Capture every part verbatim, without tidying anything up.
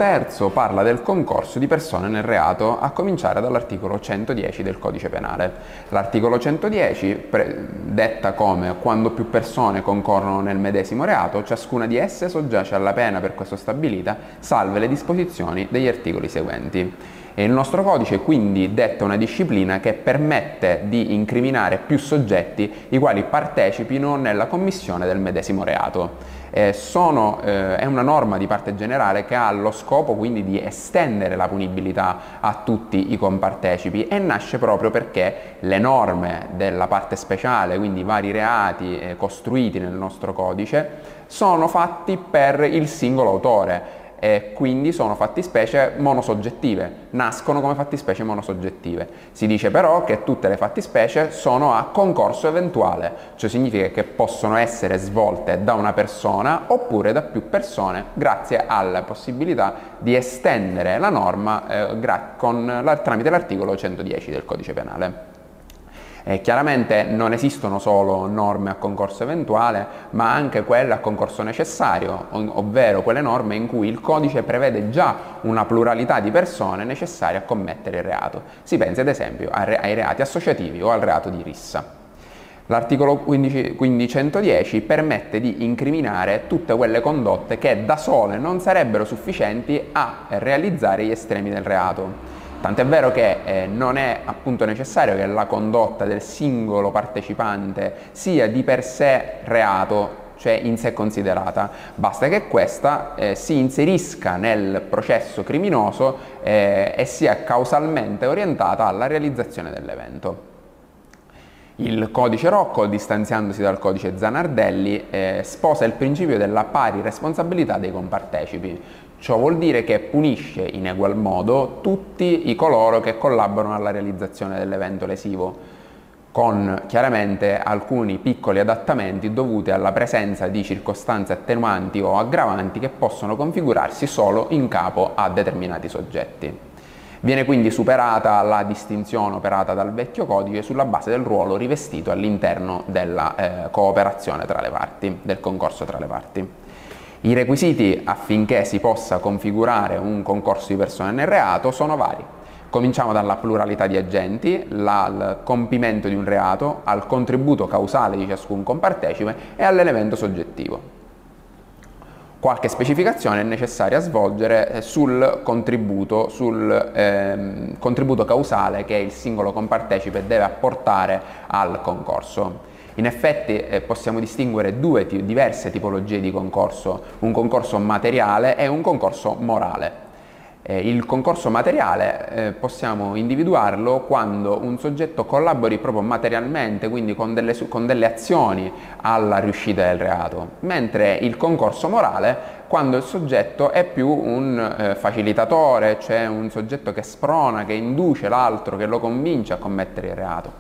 terzo parla del concorso di persone nel reato, a cominciare dall'articolo centodieci del Codice Penale. L'articolo centodieci detta come: quando più persone concorrono nel medesimo reato, ciascuna di esse soggiace alla pena per questo stabilita, salve le disposizioni degli articoli seguenti. E il nostro codice quindi detta una disciplina che permette di incriminare più soggetti i quali partecipino nella commissione del medesimo reato. Eh, sono, eh, è una norma di parte generale che ha lo scopo quindi di estendere la punibilità a tutti i compartecipi, e nasce proprio perché le norme della parte speciale, quindi i vari reati eh, costruiti nel nostro codice, sono fatti per il singolo autore. E quindi sono fattispecie monosoggettive, nascono come fattispecie monosoggettive. Si dice però che tutte le fattispecie sono a concorso eventuale, cioè significa che possono essere svolte da una persona oppure da più persone, grazie alla possibilità di estendere la norma eh, con, la, tramite l'articolo centodieci del Codice Penale. Eh, chiaramente non esistono solo norme a concorso eventuale, ma anche quelle a concorso necessario, ov ovvero quelle norme in cui il codice prevede già una pluralità di persone necessarie a commettere il reato. Si pensi ad esempio ai reati associativi o al reato di rissa. L'articolo quindi centodieci permette di incriminare tutte quelle condotte che da sole non sarebbero sufficienti a realizzare gli estremi del reato. Tant'è vero che eh, non è appunto necessario che la condotta del singolo partecipante sia di per sé reato, cioè in sé considerata, basta che questa eh, si inserisca nel processo criminoso eh, e sia causalmente orientata alla realizzazione dell'evento. Il codice Rocco, distanziandosi dal codice Zanardelli, eh, sposa il principio della pari responsabilità dei compartecipi. Ciò vuol dire che punisce in egual modo tutti i coloro che collaborano alla realizzazione dell'evento lesivo, con chiaramente alcuni piccoli adattamenti dovuti alla presenza di circostanze attenuanti o aggravanti che possono configurarsi solo in capo a determinati soggetti. Viene quindi superata la distinzione operata dal vecchio codice sulla base del ruolo rivestito all'interno della eh, cooperazione tra le parti, del concorso tra le parti. I requisiti affinché si possa configurare un concorso di persone nel reato sono vari. Cominciamo dalla pluralità di agenti, la, al compimento di un reato, al contributo causale di ciascun compartecipe e all'elemento soggettivo. Qualche specificazione è necessaria svolgere sul contributo, sul ehm, contributo causale che il singolo compartecipe deve apportare al concorso. In effetti eh, possiamo distinguere due diverse tipologie di concorso, un concorso materiale e un concorso morale. Eh, il concorso materiale eh, possiamo individuarlo quando un soggetto collabori proprio materialmente, quindi con delle, con delle azioni alla riuscita del reato, mentre il concorso morale quando il soggetto è più un eh, facilitatore, cioè un soggetto che sprona, che induce l'altro, che lo convince a commettere il reato.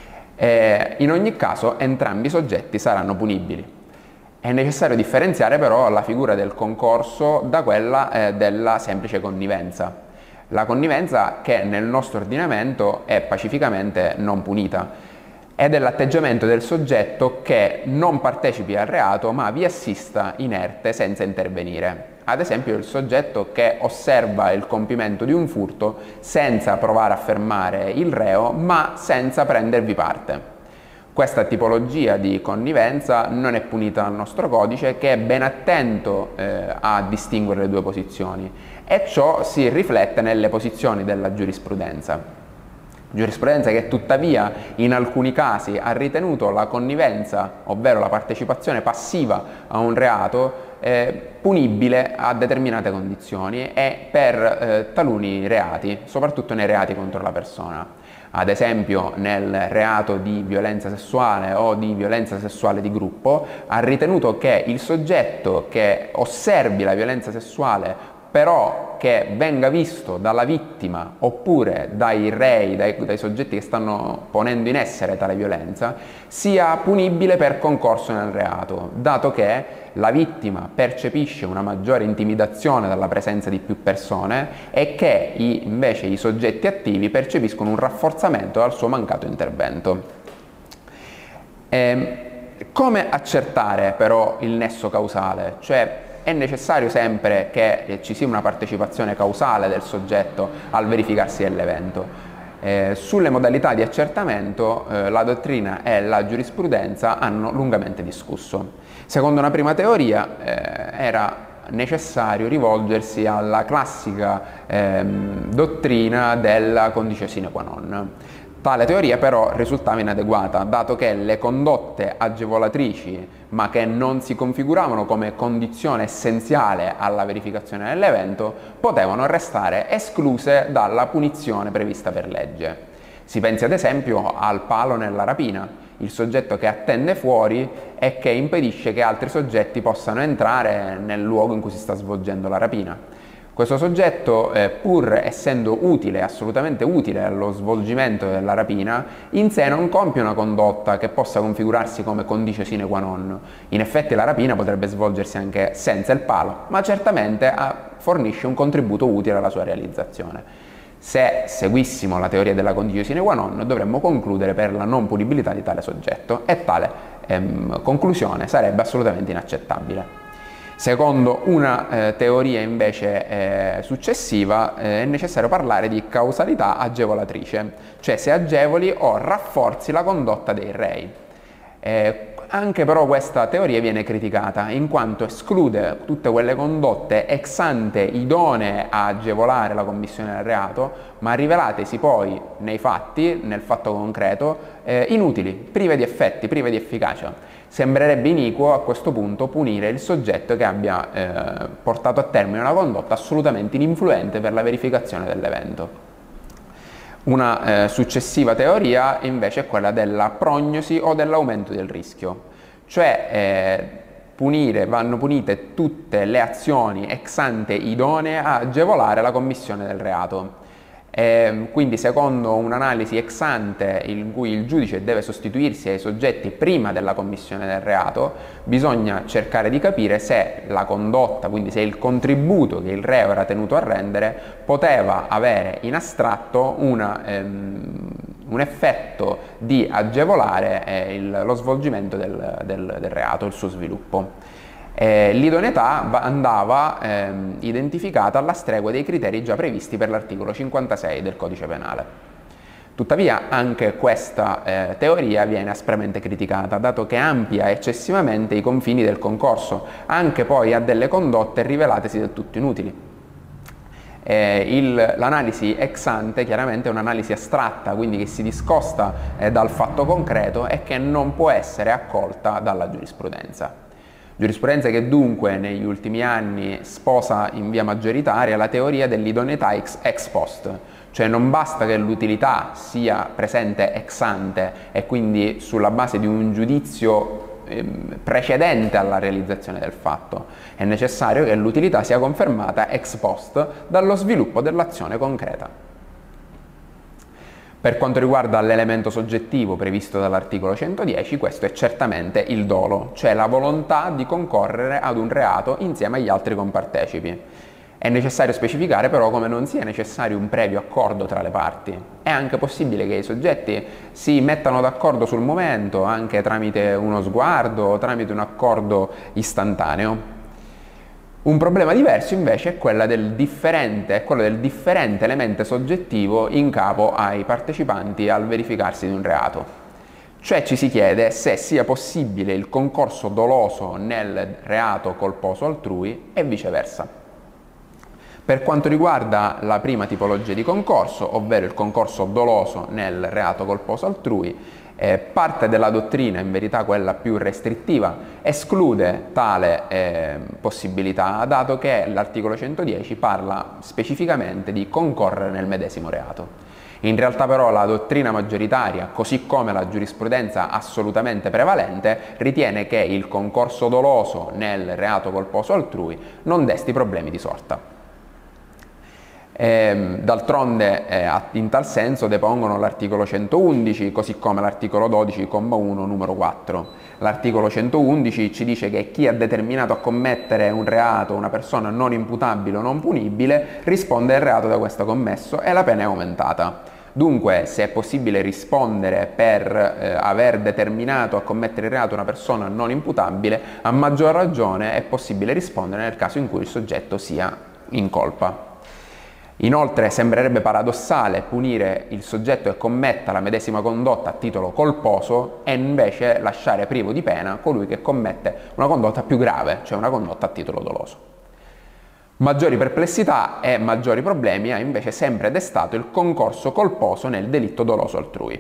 Eh, in ogni caso entrambi i soggetti saranno punibili. È necessario differenziare però la figura del concorso da quella eh, della semplice connivenza. La connivenza, che nel nostro ordinamento è pacificamente non punita, è dell'atteggiamento del soggetto che non partecipi al reato ma vi assista inerte senza intervenire. Ad esempio il soggetto che osserva il compimento di un furto senza provare a fermare il reo ma senza prendervi parte. Questa tipologia di connivenza non è punita dal nostro codice, che è ben attento eh, a distinguere le due posizioni, e ciò si riflette nelle posizioni della giurisprudenza. Giurisprudenza che tuttavia in alcuni casi ha ritenuto la connivenza, ovvero la partecipazione passiva a un reato, eh, punibile a determinate condizioni e per eh, taluni reati, soprattutto nei reati contro la persona. Ad esempio nel reato di violenza sessuale o di violenza sessuale di gruppo, ha ritenuto che il soggetto che osservi la violenza sessuale però che venga visto dalla vittima oppure dai rei, dai, dai soggetti che stanno ponendo in essere tale violenza, sia punibile per concorso nel reato, dato che la vittima percepisce una maggiore intimidazione dalla presenza di più persone e che i, invece i soggetti attivi percepiscono un rafforzamento dal suo mancato intervento. E come accertare però il nesso causale? Cioè, è necessario sempre che ci sia una partecipazione causale del soggetto al verificarsi dell'evento. Eh, sulle modalità di accertamento eh, la dottrina e la giurisprudenza hanno lungamente discusso. Secondo una prima teoria eh, era necessario rivolgersi alla classica ehm, dottrina della condicio sine qua non. Tale teoria però risultava inadeguata, dato che le condotte agevolatrici, ma che non si configuravano come condizione essenziale alla verificazione dell'evento, potevano restare escluse dalla punizione prevista per legge. Si pensi ad esempio al palo nella rapina, il soggetto che attende fuori e che impedisce che altri soggetti possano entrare nel luogo in cui si sta svolgendo la rapina. Questo soggetto, eh, pur essendo utile, assolutamente utile allo svolgimento della rapina, in sé non compie una condotta che possa configurarsi come condicio sine qua non. In effetti la rapina potrebbe svolgersi anche senza il palo, ma certamente ah, fornisce un contributo utile alla sua realizzazione. Se seguissimo la teoria della condicio sine qua non, dovremmo concludere per la non punibilità di tale soggetto e tale ehm, conclusione sarebbe assolutamente inaccettabile. Secondo una eh, teoria invece eh, successiva eh, è necessario parlare di causalità agevolatrice, cioè se agevoli o rafforzi la condotta dei rei. Eh, anche però questa teoria viene criticata in quanto esclude tutte quelle condotte ex ante idonee a agevolare la commissione del reato, ma rivelatesi poi nei fatti, nel fatto concreto, eh, inutili, prive di effetti, prive di efficacia. Sembrerebbe iniquo a questo punto punire il soggetto che abbia eh, portato a termine una condotta assolutamente ininfluente per la verificazione dell'evento. Una eh, successiva teoria invece è quella della prognosi o dell'aumento del rischio, cioè eh, punire, vanno punite tutte le azioni ex ante idonee a agevolare la commissione del reato. E quindi secondo un'analisi ex ante in cui il giudice deve sostituirsi ai soggetti prima della commissione del reato, bisogna cercare di capire se la condotta, quindi se il contributo che il reo era tenuto a rendere, poteva avere in astratto una, ehm, un effetto di agevolare eh, il, lo svolgimento del, del, del reato, il suo sviluppo. Eh, l'idoneità andava ehm, identificata alla stregua dei criteri già previsti per l'articolo cinquantasei del Codice Penale. Tuttavia anche questa eh, teoria viene aspramente criticata, dato che amplia eccessivamente i confini del concorso, anche poi a delle condotte rivelatesi del tutto inutili. Eh, l'analisi ex ante chiaramente è un'analisi astratta, quindi che si discosta eh, dal fatto concreto e che non può essere accolta dalla giurisprudenza. Giurisprudenza che dunque negli ultimi anni sposa in via maggioritaria la teoria dell'idoneità ex, ex post, cioè non basta che l'utilità sia presente ex ante e quindi sulla base di un giudizio ehm, precedente alla realizzazione del fatto, è necessario che l'utilità sia confermata ex post dallo sviluppo dell'azione concreta. Per quanto riguarda l'elemento soggettivo previsto dall'articolo centodieci, questo è certamente il dolo, cioè la volontà di concorrere ad un reato insieme agli altri compartecipi. È necessario specificare però come non sia necessario un previo accordo tra le parti. È anche possibile che i soggetti si mettano d'accordo sul momento, anche tramite uno sguardo o tramite un accordo istantaneo. Un problema diverso invece è, quella del differente, è quello del differente elemento soggettivo in capo ai partecipanti al verificarsi di un reato. Cioè ci si chiede se sia possibile il concorso doloso nel reato colposo altrui e viceversa. Per quanto riguarda la prima tipologia di concorso, ovvero il concorso doloso nel reato colposo altrui, Eh, parte della dottrina, in verità quella più restrittiva, esclude tale eh, possibilità, dato che l'articolo centodieci parla specificamente di concorrere nel medesimo reato. In realtà però la dottrina maggioritaria, così come la giurisprudenza assolutamente prevalente, ritiene che il concorso doloso nel reato colposo altrui non desti problemi di sorta. E, d'altronde eh, in tal senso depongono l'articolo centoundici così come l'articolo dodici comma uno numero quattro. L'articolo centoundici ci dice che chi ha determinato a commettere un reato una persona non imputabile o non punibile risponde del reato da questo commesso e la pena è aumentata. Dunque, se è possibile rispondere per eh, aver determinato a commettere il reato una persona non imputabile, a maggior ragione è possibile rispondere nel caso in cui il soggetto sia in colpa. Inoltre sembrerebbe paradossale punire il soggetto che commetta la medesima condotta a titolo colposo e invece lasciare privo di pena colui che commette una condotta più grave, cioè una condotta a titolo doloso. Maggiori perplessità e maggiori problemi ha invece sempre destato il concorso colposo nel delitto doloso altrui.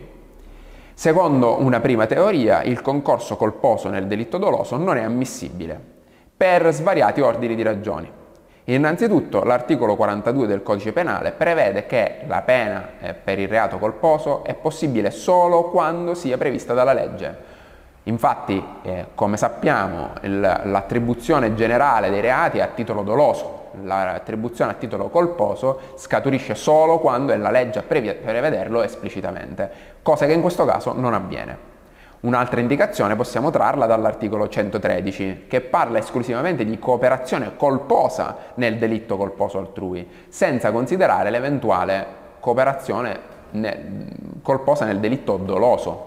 Secondo una prima teoria, il concorso colposo nel delitto doloso non è ammissibile, per svariati ordini di ragioni. Innanzitutto, l'articolo quarantadue del Codice Penale prevede che la pena eh, per il reato colposo è possibile solo quando sia prevista dalla legge. Infatti, eh, come sappiamo, l'attribuzione generale dei reati è a titolo doloso. L'attribuzione a titolo colposo scaturisce solo quando è la legge a prevederlo esplicitamente, cosa che in questo caso non avviene. Un'altra indicazione possiamo trarla dall'articolo centotredici, che parla esclusivamente di cooperazione colposa nel delitto colposo altrui, senza considerare l'eventuale cooperazione colposa nel delitto doloso.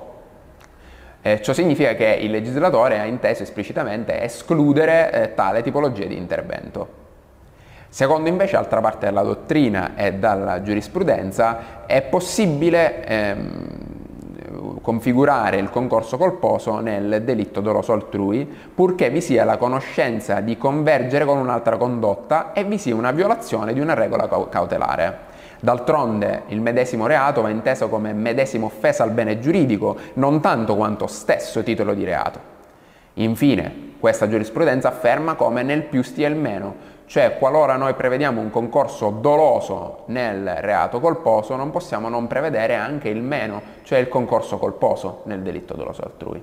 Eh, ciò significa che il legislatore ha inteso esplicitamente escludere eh, tale tipologia di intervento. Secondo invece altra parte della dottrina e dalla giurisprudenza è possibile ehm, configurare il concorso colposo nel delitto doloso altrui purché vi sia la conoscenza di convergere con un'altra condotta e vi sia una violazione di una regola cautelare. D'altronde il medesimo reato va inteso come medesima offesa al bene giuridico, non tanto quanto stesso titolo di reato. Infine, questa giurisprudenza afferma come nel più stia il meno, cioè qualora noi prevediamo un concorso doloso nel reato colposo, non possiamo non prevedere anche il meno, cioè il concorso colposo nel delitto doloso altrui.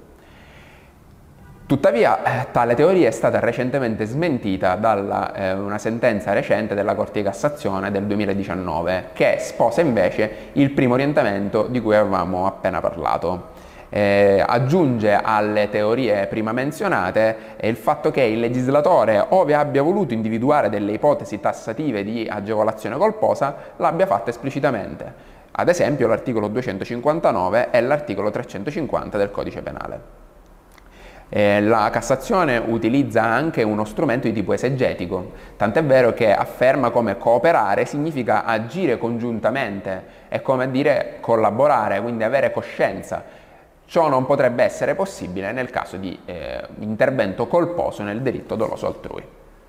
Tuttavia, tale teoria è stata recentemente smentita da eh, una sentenza recente della Corte di Cassazione del duemiladiciannove, che sposa invece il primo orientamento di cui avevamo appena parlato. Eh, aggiunge alle teorie prima menzionate eh, il fatto che il legislatore, ove abbia voluto individuare delle ipotesi tassative di agevolazione colposa, l'abbia fatta esplicitamente, ad esempio l'articolo duecentocinquantanove e l'articolo trecentocinquanta del Codice Penale. Eh, la Cassazione utilizza anche uno strumento di tipo esegetico, tant'è vero che afferma come cooperare significa agire congiuntamente, è come dire collaborare, quindi avere coscienza. Ciò non potrebbe essere possibile nel caso di eh, intervento colposo nel delitto doloso altrui.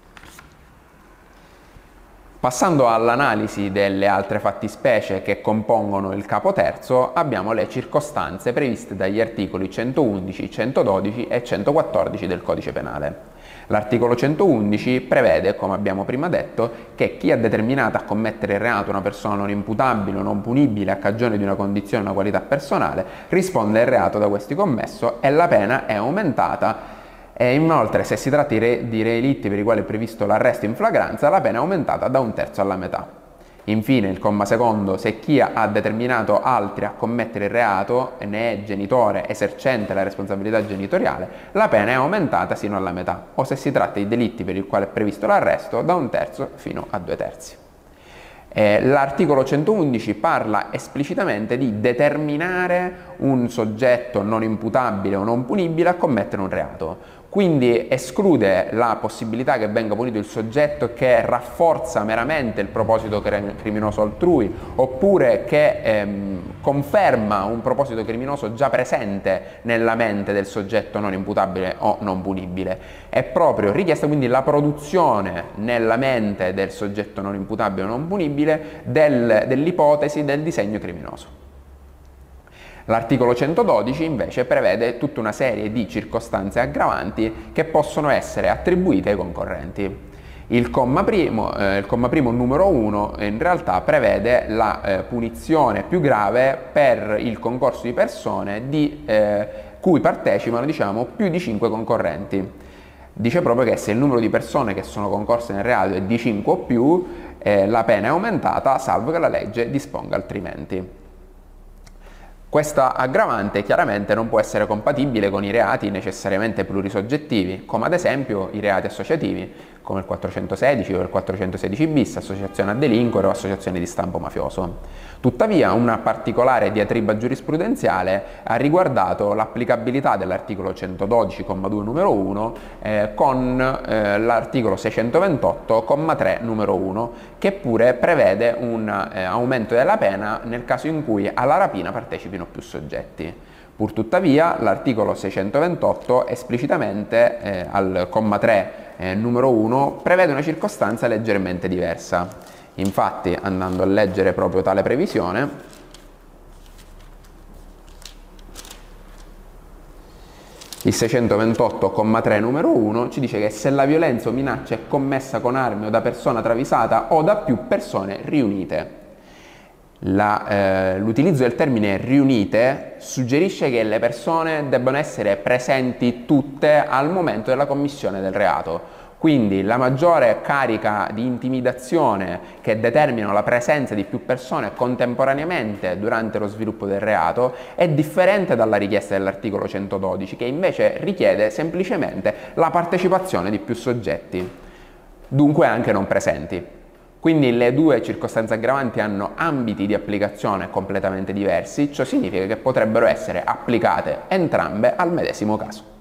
Passando all'analisi delle altre fattispecie che compongono il capo terzo, abbiamo le circostanze previste dagli articoli centoundici, centododici e centoquattordici del Codice Penale. L'articolo centoundici prevede, come abbiamo prima detto, che chi ha determinato a commettere il reato una persona non imputabile o non punibile a cagione di una condizione o una qualità personale risponde al reato da questi commesso e la pena è aumentata. E inoltre, se si tratta di delitti per i quali è previsto l'arresto in flagranza, la pena è aumentata da un terzo alla metà. Infine, il comma secondo, se chi ha determinato altri a commettere il reato ne è genitore esercente la responsabilità genitoriale, la pena è aumentata sino alla metà, o se si tratta di delitti per i quali è previsto l'arresto, da un terzo fino a due terzi. Eh, l'articolo centoundici parla esplicitamente di determinare un soggetto non imputabile o non punibile a commettere un reato. Quindi esclude la possibilità che venga punito il soggetto che rafforza meramente il proposito criminoso altrui, oppure che ehm, conferma un proposito criminoso già presente nella mente del soggetto non imputabile o non punibile. È proprio richiesta quindi la produzione nella mente del soggetto non imputabile o non punibile del, dell'ipotesi del disegno criminoso. L'articolo centododici invece prevede tutta una serie di circostanze aggravanti che possono essere attribuite ai concorrenti. Il comma primo, eh, il comma primo numero uno in realtà prevede la eh, punizione più grave per il concorso di persone di eh, cui partecipano, diciamo, più di cinque concorrenti. Dice proprio che se il numero di persone che sono concorse nel reato è di cinque o più, eh, la pena è aumentata, salvo che la legge disponga altrimenti. Questa aggravante chiaramente non può essere compatibile con i reati necessariamente plurisoggettivi, come ad esempio i reati associativi, come il quattrocentosedici o il quattrocentosedici bis, associazione a delinquere o associazione di stampo mafioso. Tuttavia, una particolare diatriba giurisprudenziale ha riguardato l'applicabilità dell'articolo centododici comma due numero uno eh, con eh, l'articolo seicentoventotto comma tre numero uno, che pure prevede un eh, aumento della pena nel caso in cui alla rapina partecipino più soggetti. Purtuttavia, l'articolo seicentoventotto esplicitamente eh, al comma tre eh, numero uno prevede una circostanza leggermente diversa. Infatti, andando a leggere proprio tale previsione, il seicentoventotto comma tre numero uno ci dice che se la violenza o minaccia è commessa con armi o da persona travisata o da più persone riunite. L'utilizzo eh, del termine riunite suggerisce che le persone debbano essere presenti tutte al momento della commissione del reato. Quindi la maggiore carica di intimidazione che determinano la presenza di più persone contemporaneamente durante lo sviluppo del reato è differente dalla richiesta dell'articolo centododici, che invece richiede semplicemente la partecipazione di più soggetti, dunque anche non presenti. Quindi le due circostanze aggravanti hanno ambiti di applicazione completamente diversi, ciò significa che potrebbero essere applicate entrambe al medesimo caso.